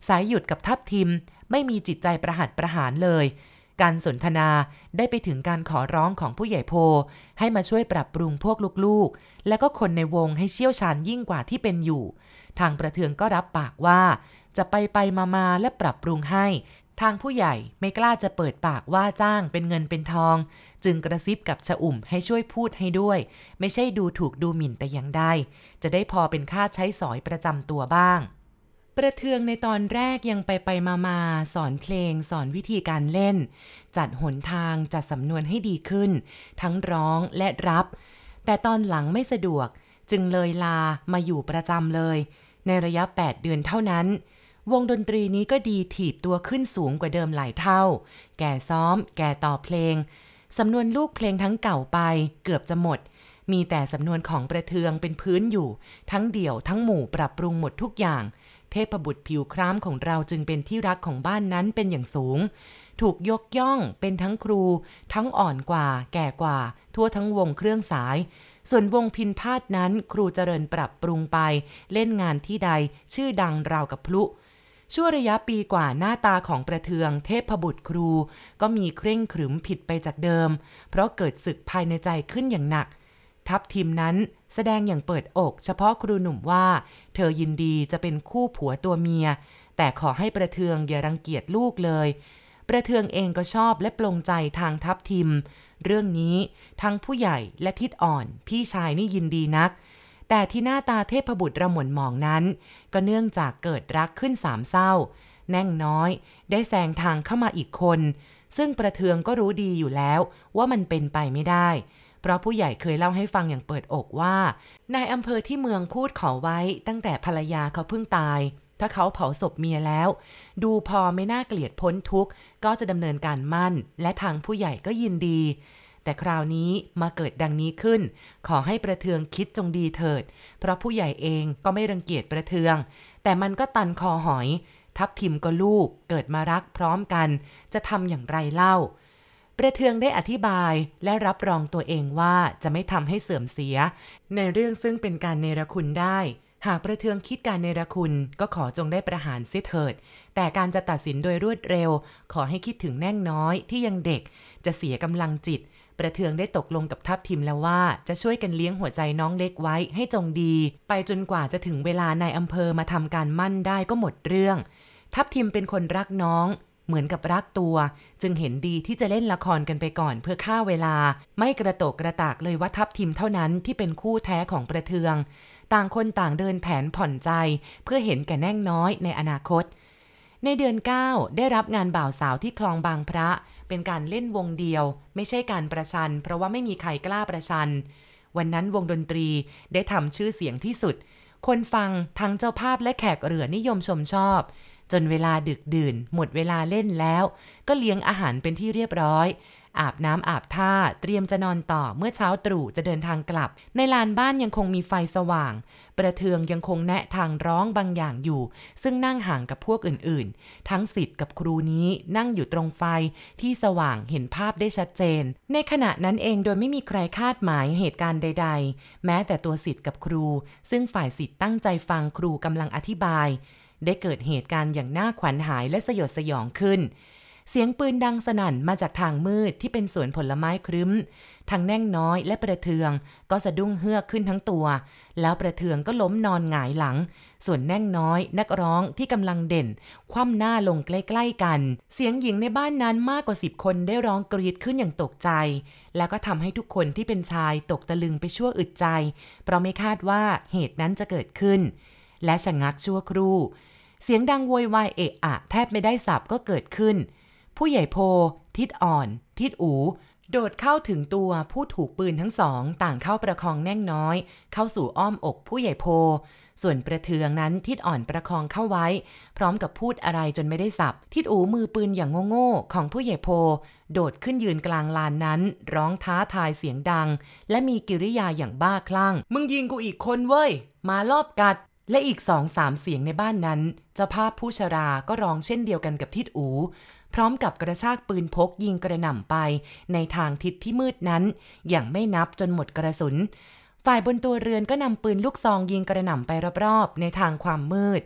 สายหยุดกับทัพทิมไม่มีจิตใจประหัตประหารเลยการสนทนาได้ไปถึงการขอร้องของผู้ใหญ่โพให้มาช่วยปรับปรุงพวกลูกๆและก็คนในวงให้เชี่ยวชาญยิ่งกว่าที่เป็นอยู่ทางประเทืองก็รับปากว่าจะไปมาและปรับปรุงให้ทางผู้ใหญ่ไม่กล้าจะเปิดปากว่าจ้างเป็นเงินเป็นทองจึงกระซิบกับชะอุ่มให้ช่วยพูดให้ด้วยไม่ใช่ดูถูกดูหมิ่นแต่อย่างใดจะได้พอเป็นค่าใช้สอยประจำตัวบ้างประเทืองในตอนแรกยังไปมาสอนเพลงสอนวิธีการเล่นจัดหนทางจัดสำนวนให้ดีขึ้นทั้งร้องและรับแต่ตอนหลังไม่สะดวกจึงเลยลามาอยู่ประจำเลยในระยะ8 เดือนเท่านั้นวงดนตรีนี้ก็ดีถีบตัวขึ้นสูงกว่าเดิมหลายเท่าแก่ซ้อมแก่ต่อเพลงสำนวนลูกเพลงทั้งเก่าไปเกือบจะหมดมีแต่สำนวนของประเทืองเป็นพื้นอยู่ทั้งเดี่ยวทั้งหมู่ปรับปรุงหมดทุกอย่างเทพบุตรผิวคล้ำของเราจึงเป็นที่รักของบ้านนั้นเป็นอย่างสูงถูกยกย่องเป็นทั้งครูทั้งอ่อนกว่าแก่กว่าทั่วทั้งวงเครื่องสายส่วนวงพิณพาทนั้นครูเจริญปรับปรุงไปเล่นงานที่ใดชื่อดังราวกับพลุชั่วระยะปีกว่าหน้าตาของประเทืองเทพบุตรครูก็มีเคร่งขรึมผิดไปจากเดิมเพราะเกิดศึกภายในใจขึ้นอย่างหนักทัพทีมนั้นแสดงอย่างเปิดอกเฉพาะครูหนุ่มว่าเธอยินดีจะเป็นคู่ผัวตัวเมียแต่ขอให้ประเทืองอย่ารังเกียจลูกเลยประเทืองเองก็ชอบและปลงใจทางทัพทิมเรื่องนี้ทั้งผู้ใหญ่และทิดอ่อนพี่ชายนี่ยินดีนักแต่ที่หน้าตาเทพบุตรระหม่นหมองนั้นก็เนื่องจากเกิดรักขึ้นสามเศร้าแน่งน้อยได้แซงทางเข้ามาอีกคนซึ่งประเทืองก็รู้ดีอยู่แล้วว่ามันเป็นไปไม่ได้เพราะผู้ใหญ่เคยเล่าให้ฟังอย่างเปิดอกว่านายอำเภอที่เมืองพูดขอไว้ตั้งแต่ภรรยาเขาเพิ่งตายถ้าเขาเผาศพเมียแล้วดูพอไม่น่าเกลียดพ้นทุกข์ก็จะดำเนินการมั่นและทางผู้ใหญ่ก็ยินดีแต่คราวนี้มาเกิดดังนี้ขึ้นขอให้ประเทืองคิดจงดีเถิดเพราะผู้ใหญ่เองก็ไม่รังเกียจประเทืองแต่มันก็ตันคอหอยทับทิมก็ลูกเกิดมารักพร้อมกันจะทำอย่างไรเล่าประเทืองได้อธิบายและรับรองตัวเองว่าจะไม่ทำให้เสื่อมเสียในเรื่องซึ่งเป็นการเนรคุณได้หากประเทืองคิดการเนรคุณก็ขอจงได้ประหารเสียเถิดแต่การจะตัดสินโดยรวดเร็วขอให้คิดถึงแน่งน้อยที่ยังเด็กจะเสียกำลังจิตประเทืองได้ตกลงกับทัพทิมแล้วว่าจะช่วยกันเลี้ยงหัวใจน้องเล็กไว้ให้จงดีไปจนกว่าจะถึงเวลานายอำเภอมาทำการมั่นได้ก็หมดเรื่องทัพทิมเป็นคนรักน้องเหมือนกับรักตัวจึงเห็นดีที่จะเล่นละครกันไปก่อนเพื่อฆ่าเวลาไม่กระโตกกระตากเลยว่าทัพทิมเท่านั้นที่เป็นคู่แท้ของประเทืองต่างคนต่างเดินแผนผ่อนใจเพื่อเห็นแก่แน่งน้อยในอนาคตในเดือน9ได้รับงานบ่าวสาวที่คลองบางพระเป็นการเล่นวงเดียวไม่ใช่การประชันเพราะว่าไม่มีใครกล้าประชันวันนั้นวงดนตรีได้ทำชื่อเสียงที่สุดคนฟังทั้งเจ้าภาพและแขกเรือนิยมชมชอบจนเวลาดึกดื่นหมดเวลาเล่นแล้วก็เลี้ยงอาหารเป็นที่เรียบร้อยอาบน้ำอาบท่าเตรียมจะนอนต่อเมื่อเช้าตรู่จะเดินทางกลับในลานบ้านยังคงมีไฟสว่างประเทืองยังคงแนะทางร้องบางอย่างอยู่ซึ่งนั่งห่างกับพวกอื่นๆทั้งศิษย์กับครูนี้นั่งอยู่ตรงไฟที่สว่างเห็นภาพได้ชัดเจนในขณะนั้นเองโดยไม่มีใครคาดหมายเหตุการณ์ใดๆแม้แต่ตัวศิษย์กับครูซึ่งฝ่ายศิษย์ตั้งใจฟังครูกำลังอธิบายได้เกิดเหตุการณ์อย่างน่าขวัญหายและสยดสยองขึ้นเสียงปืนดังสนั่นมาจากทางมืดที่เป็นสวนผลไม้ครึ้มทางแน่งน้อยและประเทืองก็สะดุ้งเฮือกขึ้นทั้งตัวแล้วประเทืองก็ล้มนอนหงายหลังส่วนแน่งน้อยนักร้องที่กำลังเด่นคว่ำหน้าลงใกล้ๆกันเสียงหญิงในบ้านนั้นมากกว่า10 คนได้ร้องกรีดขึ้นอย่างตกใจแล้วก็ทำให้ทุกคนที่เป็นชายตกตะลึงไปชั่วอึดใจเพราะไม่คาดว่าเหตุนั้นจะเกิดขึ้นและชะงักชั่วครู่เสียงดังโวยวายเอะอะแทบไม่ได้สับก็เกิดขึ้นผู้ใหญ่โพทิดอ่อนทิดอูโดดเข้าถึงตัวผู้ถูกปืนทั้งสองต่างเข้าประคองแน่งน้อยเข้าสู่อ้อมอกผู้ใหญ่โพส่วนประเทืองนั้นทิดอ่อนประคองเข้าไว้พร้อมกับพูดอะไรจนไม่ได้สับทิดอูมือปืนอย่างโง่ๆของผู้ใหญ่โพโดดขึ้นยืนกลางลานนั้นร้องท้าทายเสียงดังและมีกิริยาอย่างบ้าคลั่งมึงยิงกูอีกคนเว้ยมาลอบกัดและอีก2-3เสียงในบ้านนั้นเจ้าภาพผู้ชราก็ร้องเช่นเดียวกันกับทิดอูพร้อมกับกระชากปืนพกยิงกระหน่ำไปในทางทิศที่มืดนั้นอย่างไม่นับจนหมดกระสุนฝ่ายบนตัวเรือนก็นำปืนลูกซองยิงกระหน่ำไปรอบๆในทางความมืด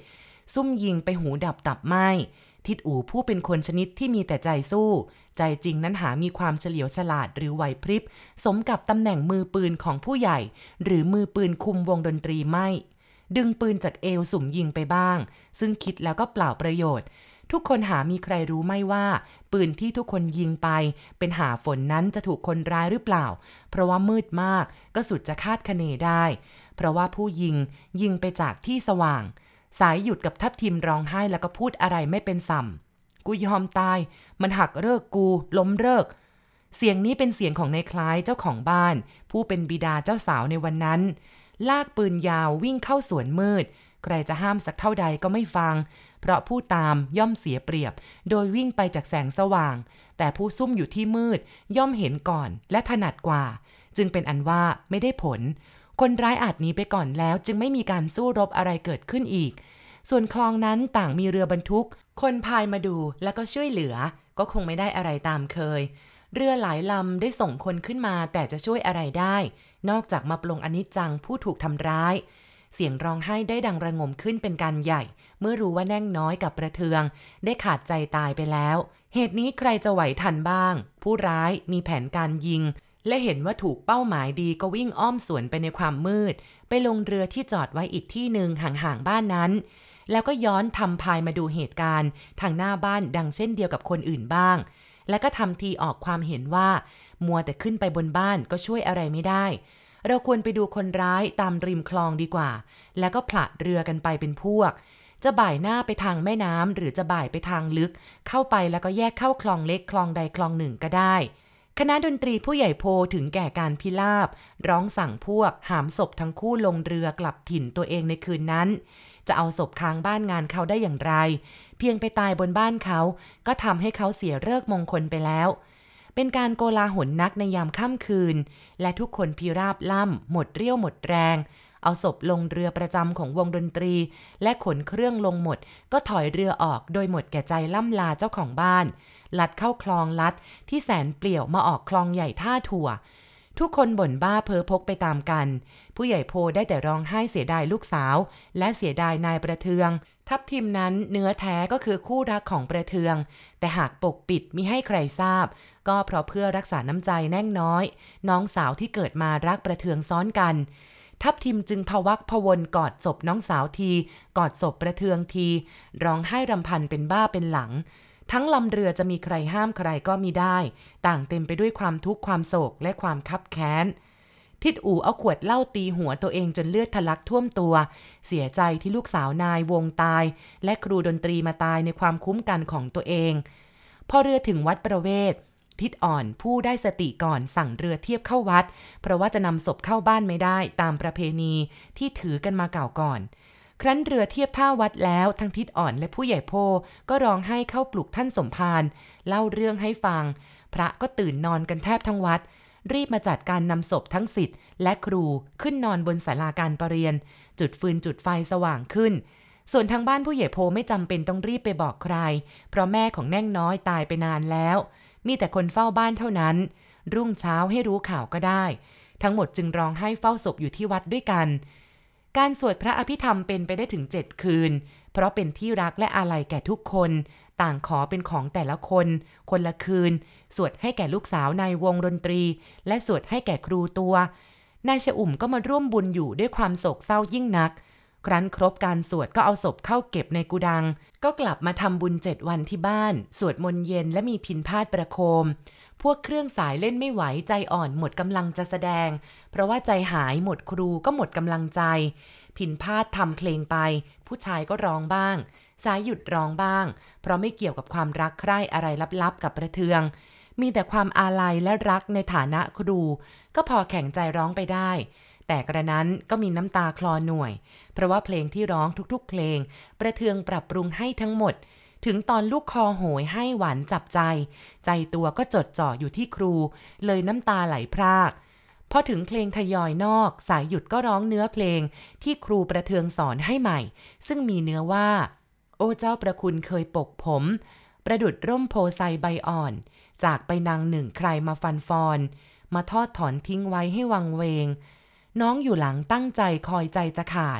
ซุ่มยิงไปหูดับตับไหม้ทิดอู่ผู้เป็นคนชนิดที่มีแต่ใจสู้ใจจริงนั้นหามีความเฉลียวฉลาดหรือไหวพริบสมกับตำแหน่งมือปืนของผู้ใหญ่หรือมือปืนคุมวงดนตรีไม่ดึงปืนจากเอวสุ่มยิงไปบ้างซึ่งคิดแล้วก็เปล่าประโยชน์ทุกคนหามีใครรู้ไม่ว่าปืนที่ทุกคนยิงไปเป็นหาฝนนั้นจะถูกคนร้ายหรือเปล่าเพราะว่ามืดมากก็สุดจะคาดคะเนได้เพราะว่าผู้ยิงไปจากที่สว่างสายหยุดกับทับทิมร้องไห้แล้วก็พูดอะไรไม่เป็นส่ำกูยอมตายมันหักเลิกกูล้มเลิกเสียงนี้เป็นเสียงของนายคล้ายเจ้าของบ้านผู้เป็นบิดาเจ้าสาวในวันนั้นลากปืนยาววิ่งเข้าสวนมืดใครจะห้ามสักเท่าใดก็ไม่ฟังเพราะผู้ตามย่อมเสียเปรียบโดยวิ่งไปจากแสงสว่างแต่ผู้ซุ่มอยู่ที่มืดย่อมเห็นก่อนและถนัดกว่าจึงเป็นอันว่าไม่ได้ผลคนร้ายอาจหนีไปก่อนแล้วจึงไม่มีการสู้รบอะไรเกิดขึ้นอีกส่วนคลองนั้นต่างมีเรือบรรทุกคนพายมาดูแล้วก็ช่วยเหลือก็คงไม่ได้อะไรตามเคยเรือหลายลำได้ส่งคนขึ้นมาแต่จะช่วยอะไรได้นอกจากมาปลงอนิจจังผู้ถูกทำร้ายเสียงร้องไห้ได้ดังระงมขึ้นเป็นการใหญ่เมื่อรู้ว่าแน่งน้อยกับประเทืองได้ขาดใจตายไปแล้วเหตุนี้ใครจะไหวทันบ้างผู้ร้ายมีแผนการยิงและเห็นว่าถูกเป้าหมายดีก็วิ่งอ้อมสวนไปในความมืดไปลงเรือที่จอดไว้อีกที่หนึ่งห่างๆบ้านนั้นแล้วก็ย้อนทำพายมาดูเหตุการณ์ทางหน้าบ้านดังเช่นเดียวกับคนอื่นบ้างและก็ทำทีออกความเห็นว่ามัวแต่ขึ้นไปบนบ้านก็ช่วยอะไรไม่ได้เราควรไปดูคนร้ายตามริมคลองดีกว่าแล้วก็ผละเรือกันไปเป็นพวกจะบ่ายหน้าไปทางแม่น้ำหรือจะบ่ายไปทางลึกเข้าไปแล้วก็แยกเข้าคลองเล็กคลองใดคลองหนึ่งก็ได้คณะดนตรีผู้ใหญ่โพถึงแก่การพิราบร้องสั่งพวกหามศพทั้งคู่ลงเรือกลับถิ่นตัวเองในคืนนั้นจะเอาศพค้างบ้านงานเขาได้อย่างไรเพียงไปตายบนบ้านเขาก็ทำให้เขาเสียฤกษ์มงคลไปแล้วเป็นการโกลาหลนักในยามค่ำคืนและทุกคนพิราบล่ำหมดเรี่ยวหมดแรงเอาศพลงเรือประจำของวงดนตรีและขนเครื่องลงหมดก็ถอยเรือออกโดยหมดแก่ใจล่ำลาเจ้าของบ้านลัดเข้าคลองลัดที่แสนเปลี่ยวมาออกคลองใหญ่ท่าถั่วทุกคนบ่นบ้าเพ้อพกไปตามกันผู้ใหญ่โพได้แต่ร้องไห้เสียดายลูกสาวและเสียดายนายประเทืองทัพทิมนั้นเนื้อแท้ก็คือคู่รักของประเทืองแต่หากปกปิดมิให้ใครทราบก็เพราะเพื่อรักษาน้ำใจแน่งน้อยน้องสาวที่เกิดมารักประเทืองซ้อนกันทัพทิมจึงพวักพวนกอดศพน้องสาวทีกอดศพประเทืองทีร้องไห้รำพันเป็นบ้าเป็นหลังทั้งลำเรือจะมีใครห้ามใครก็มิได้ต่างเต็มไปด้วยความทุกข์ความโศกและความคับแค้นทิดอู่เอาขวดเหล้าตีหัวตัวเองจนเลือดทะลักท่วมตัวเสียใจที่ลูกสาวนายวงตายและครูดนตรีมาตายในความคุ้มกันของตัวเองพอเรือถึงวัดประเวศทิดอ่อนผู้ได้สติก่อนสั่งเรือเทียบเข้าวัดเพราะว่าจะนำศพเข้าบ้านไม่ได้ตามประเพณีที่ถือกันมาเก่าก่อนครั้นเรือเทียบท่าวัดแล้วทั้งทิดอ่อนและผู้ใหญ่โพก็ร้องให้เข้าปลุกท่านสมภารเล่าเรื่องให้ฟังพระก็ตื่นนอนกันแทบทั้งวัดรีบมาจัดการนำศพทั้งศิษย์และครูขึ้นนอนบนศาลาการประเรียนจุดฟืนจุดไฟสว่างขึ้นส่วนทางบ้านผู้ใหญ่โพไม่จำเป็นต้องรีบไปบอกใครเพราะแม่ของแน่งน้อยตายไปนานแล้วมีแต่คนเฝ้าบ้านเท่านั้นรุ่งเช้าให้รู้ข่าวก็ได้ทั้งหมดจึงร้องไห้เฝ้าศพอยู่ที่วัดด้วยกันการสวดพระอภิธรรมเป็นไปได้ถึง7 คืนเพราะเป็นที่รักและอาลัยแก่ทุกคนต่างขอเป็นของแต่ละคนคนละคืนสวดให้แก่ลูกสาวนายวงดนตรีและสวดให้แก่ครูตัวนายชอุ่มก็มาร่วมบุญอยู่ด้วยความโศกเศร้ายิ่งนักครั้นครบการสวดก็เอาศพเข้าเก็บในกุดังก็กลับมาทำบุญ7 วันที่บ้านสวดมนต์เย็นและมีพิณพาทประโคมพวกเครื่องสายเล่นไม่ไหวใจอ่อนหมดกำลังจะแสดงเพราะว่าใจหายหมดครูก็หมดกำลังใจพิณพาททำเพลงไปผู้ชายก็ร้องบ้างสายหยุดร้องบ้างเพราะไม่เกี่ยวกับความรักใคร่อะไรลับๆกับประเทืองมีแต่ความอาลัยและรักในฐานะครูก็พอแข็งใจร้องไปได้แต่กระนั้นก็มีน้ำตาคลอหน่วยเพราะว่าเพลงที่ร้องทุกๆเพลงประเทืองปรับปรุงให้ทั้งหมดถึงตอนลูกคอโหยให้หวานจับใจใจตัวก็จดจ่ออยู่ที่ครูเลยน้ำตาไหลพรากพอถึงเพลงทยอยนอกสายหยุดก็ร้องเนื้อเพลงที่ครูประเทืองสอนให้ใหม่ซึ่งมีเนื้อว่าโอ้เจ้าประคุณเคยปกผมประดุจร่มโพไซใบอ่อนจากไปนางหนึ่งใครมาฟันฟอนมาทอดถอนทิ้งไว้ให้วังเวงน้องอยู่หลังตั้งใจคอยใจจะขาด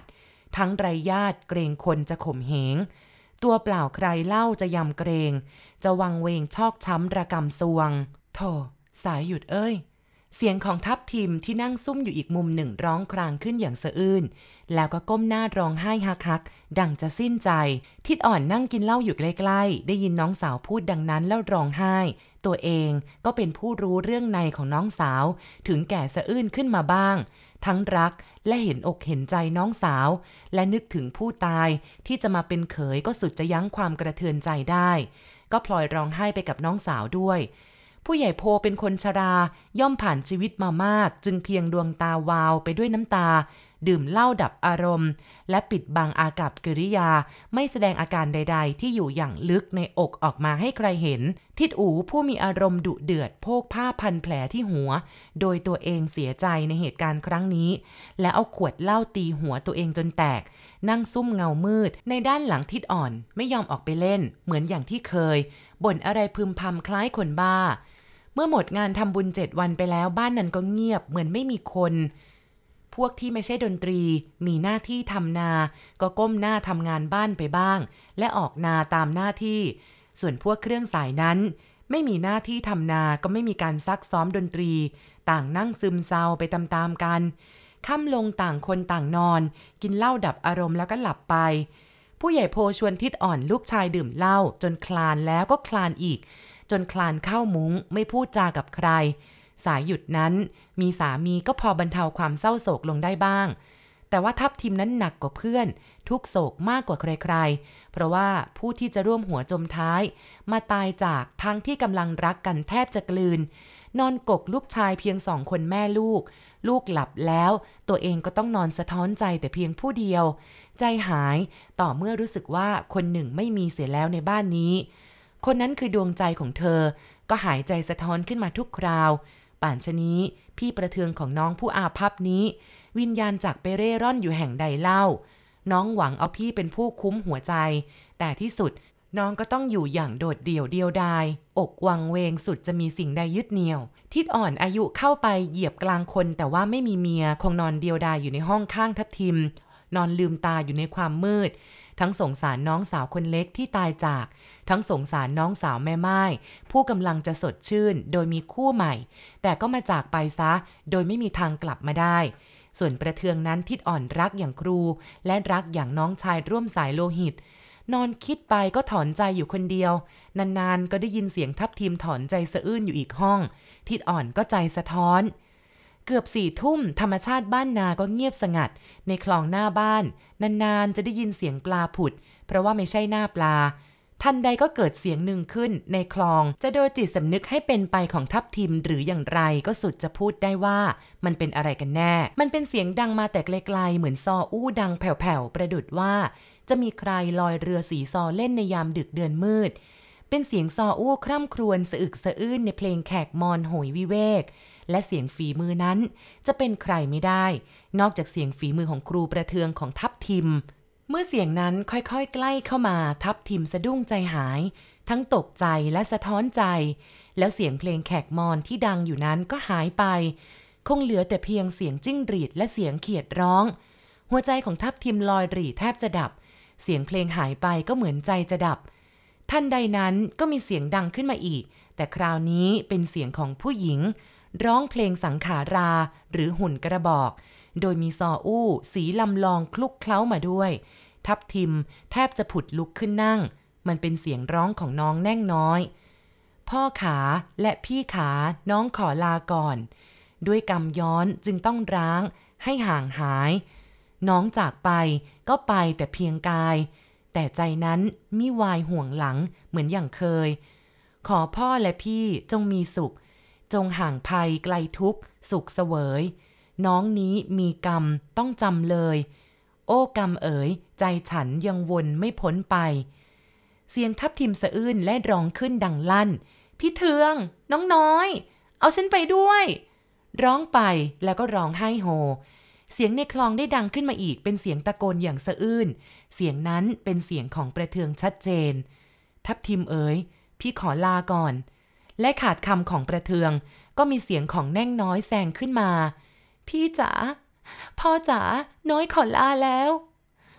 ทั้งไร้ญาติเกรงคนจะข่มเหงตัวเปล่าใครเล่าจะยำเกรงจะวังเวงชอกช้ำระกำซวงโธ่สายหยุดเอ้ยเสียงของทัพทิมที่นั่งซุ่มอยู่อีกมุมหนึ่งร้องครางขึ้นอย่างสะอื้นแล้วก็ก้มหน้าร้องไห้ฮักๆดังจะสิ้นใจทิดอ่อนนั่งกินเหล้าอยู่ใกล้ๆได้ยินน้องสาวพูดดังนั้นแล้วร้องไห้ตัวเองก็เป็นผู้รู้เรื่องในของน้องสาวถึงแก่สะอื้นขึ้นมาบ้างทั้งรักและเห็นอกเห็นใจน้องสาวและนึกถึงผู้ตายที่จะมาเป็นเขยก็สุดจะยั้งความกระเทือนใจได้ก็พลอยร้องไห้ไปกับน้องสาวด้วยผู้ใหญ่โพเป็นคนชราย่อมผ่านชีวิตมามากจึงเพียงดวงตาวาวไปด้วยน้ำตาดื่มเหล้าดับอารมณ์และปิดบังอากัปกิริยาไม่แสดงอาการใดๆที่อยู่อย่างลึกในอกออกมาให้ใครเห็นทิดอูผู้มีอารมณ์ดุเดือดโพกผ้าพันแผลที่หัวโดยตัวเองเสียใจในเหตุการณ์ครั้งนี้และเอาขวดเหล้าตีหัวตัวเองจนแตกนั่งซุ่มเงามืดในด้านหลังทิดอ่อนไม่ยอมออกไปเล่นเหมือนอย่างที่เคยบ่นอะไรพึมพำคล้ายคนบ้าเมื่อหมดงานทำบุญ7 วันไปแล้วบ้านนั้นก็เงียบเหมือนไม่มีคนพวกที่ไม่ใช่ดนตรีมีหน้าที่ทำนาก็ก้มหน้าทำงานบ้านไปบ้างและออกนาตามหน้าที่ส่วนพวกเครื่องสายนั้นไม่มีหน้าที่ทำนาก็ไม่มีการซักซ้อมดนตรีต่างนั่งซึมเศร้าไปตามๆกันค่ำลงต่างคนต่างนอนกินเหล้าดับอารมณ์แล้วก็หลับไปผู้ใหญ่โพชวนทิดอ่อนลูกชายดื่มเหล้าจนคลานแล้วก็คลานอีกจนคลานเข้ามุ้งไม่พูดจากับใครสายหยุดนั้นมีสามีก็พอบรรเทาความเศร้าโศกลงได้บ้างแต่ว่าทัพทิมนั้นหนักกว่าเพื่อนทุกโศกมากกว่าใครๆเพราะว่าผู้ที่จะร่วมหัวจมท้ายมาตายจากทั้งที่กำลังรักกันแทบจะกลืนนอนกกลูกชายเพียง2 คนแม่ลูกหลับแล้วตัวเองก็ต้องนอนสะท้อนใจแต่เพียงผู้เดียวใจหายต่อเมื่อรู้สึกว่าคนหนึ่งไม่มีเสียแล้วในบ้านนี้คนนั้นคือดวงใจของเธอก็หายใจสะท้อนขึ้นมาทุกคราวป่านชะนี้พี่ประเทืองของน้องผู้อาภัพนี้วิญญาณจากไปเร่ร่อนอยู่แห่งใดเล่าน้องหวังเอาพี่เป็นผู้คุ้มหัวใจแต่ที่สุดน้องก็ต้องอยู่อย่างโดดเดี่ยวเดียวดายอกวังเวงสุดจะมีสิ่งใดยึดเหนี่ยวทิดอ่อนอายุเข้าไปเหยียบกลางคนแต่ว่าไม่มีเมียคงนอนเดียวดายอยู่ในห้องข้างทับทิมนอนลืมตาอยู่ในความมืดทั้งสงสารน้องสาวคนเล็กที่ตายจากทั้งสงสารน้องสาวแม่ไม้ผู้กำลังจะสดชื่นโดยมีคู่ใหม่แต่ก็มาจากไปซะโดยไม่มีทางกลับมาได้ส่วนประเทืองนั้นทิดอ่อนรักอย่างครูและรักอย่างน้องชายร่วมสายโลหิตนอนคิดไปก็ถอนใจอยู่คนเดียวนานๆก็ได้ยินเสียงทับทิมถอนใจสะอื้นอยู่อีกห้องทิดอ่อนก็ใจสะท้อนเกือบ4 ทุ่มธรรมชาติบ้านนาก็เงียบสงัดในคลองหน้าบ้านนานๆจะได้ยินเสียงปลาผุดเพราะว่าไม่ใช่หน้าปลาทันใดก็เกิดเสียงหนึ่งขึ้นในคลองจะโดยจิตสำนึกให้เป็นไปของทับทิมหรืออย่างไรก็สุดจะพูดได้ว่ามันเป็นอะไรกันแน่มันเป็นเสียงดังมาแต่ไกลๆเหมือนซออู้ดังแผ่วๆประดุจว่าจะมีใครลอยเรือสีซอเล่นในยามดึกเดือนมืดเป็นเสียงซออู้คร่ำครวญสะอึกสะอื้นในเพลงแขกมอนโหยวิเวกและเสียงฝีมือนั้นจะเป็นใครไม่ได้นอกจากเสียงฝีมือของครูประเทืองของทัพทิมเมื่อเสียงนั้นค่อยๆใกล้เข้ามาทัพทิมสะดุ้งใจหายทั้งตกใจและสะท้อนใจแล้วเสียงเพลงแขกมอนที่ดังอยู่นั้นก็หายไปคงเหลือแต่เพียงเสียงจิ้งหรีดและเสียงเขียดร้องหัวใจของทัพทิมลอยหรี่แทบจะดับเสียงเพลงหายไปก็เหมือนใจจะดับทันใดนั้นก็มีเสียงดังขึ้นมาอีกแต่คราวนี้เป็นเสียงของผู้หญิงร้องเพลงสังขาราหรือหุ่นกระบอกโดยมีซออู้สีลำลองคลุกเคล้ามาด้วยทับทิมแทบจะผุดลุกขึ้นนั่งมันเป็นเสียงร้องของน้องแน่งน้อยพ่อขาและพี่ขาน้องขอลาก่อนด้วยกรรมย้อนจึงต้องร้างให้ห่างหายน้องจากไปก็ไปแต่เพียงกายแต่ใจนั้นมิวายห่วงหลังเหมือนอย่างเคยขอพ่อและพี่จงมีสุขจงห่างภัยไกลทุกข์สุขเสวยน้องนี้มีกรรมต้องจำเลยโอ้กรรมเอ๋ยใจฉันยังวนไม่พ้นไปเสียงทับทิมสะอื้นและร้องขึ้นดังลั่นพี่เทืองน้องน้อยเอาฉันไปด้วยร้องไปแล้วก็ร้องไห้โฮเสียงในคลองได้ดังขึ้นมาอีกเป็นเสียงตะโกนอย่างสะอื้นเสียงนั้นเป็นเสียงของประเทืองชัดเจนทับทิมเอ๋ยพี่ขอลาก่อนและขาดคำของประเทืองก็มีเสียงของแน่งน้อยแซงขึ้นมาพี่จ๋าพ่อจ๋าน้อยขอลาแล้ว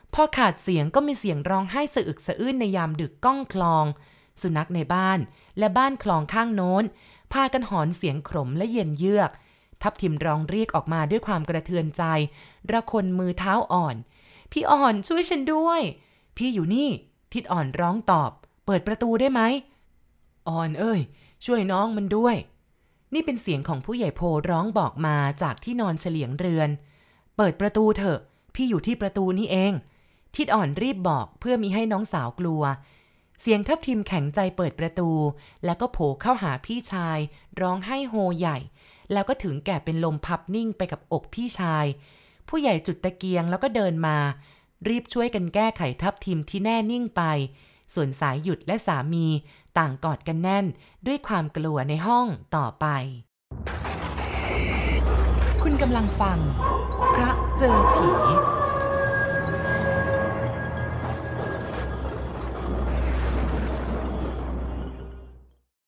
พอขาดเสียงก็มีเสียงร้องไห้สะอึกสะอื้นในยามดึกก้องคลองสุนัขในบ้านและบ้านคลองข้างโน้นพากันหอนเสียงขมและเย็นเยือกทับทิมร้องเรียกออกมาด้วยความกระเทือนใจระคนมือเท้าอ่อนพี่อ่อนช่วยฉันด้วยพี่อยู่นี่ทิดอ่อนร้องตอบเปิดประตูได้ไหมอ่อนเอ้ยช่วยน้องมันด้วยนี่เป็นเสียงของผู้ใหญ่โพร้องบอกมาจากที่นอนเฉลียงเรือนเปิดประตูเถอะพี่อยู่ที่ประตูนี่เองทิดอ่อนรีบบอกเพื่อมิให้น้องสาวกลัวเสียงทับทิมแข็งใจเปิดประตูแล้วก็โผล่เข้าหาพี่ชายร้องไห้โฮใหญ่แล้วก็ถึงแก่เป็นลมพับนิ่งไปกับอกพี่ชายผู้ใหญ่จุดตะเกียงแล้วก็เดินมารีบช่วยกันแก้ไขทับทิมที่แน่นิ่งไปส่วนสายหยุดและสามีต่างกอดกันแน่นด้วยความกลัวในห้องต่อไปคุณกำลังฟังพระเจอผี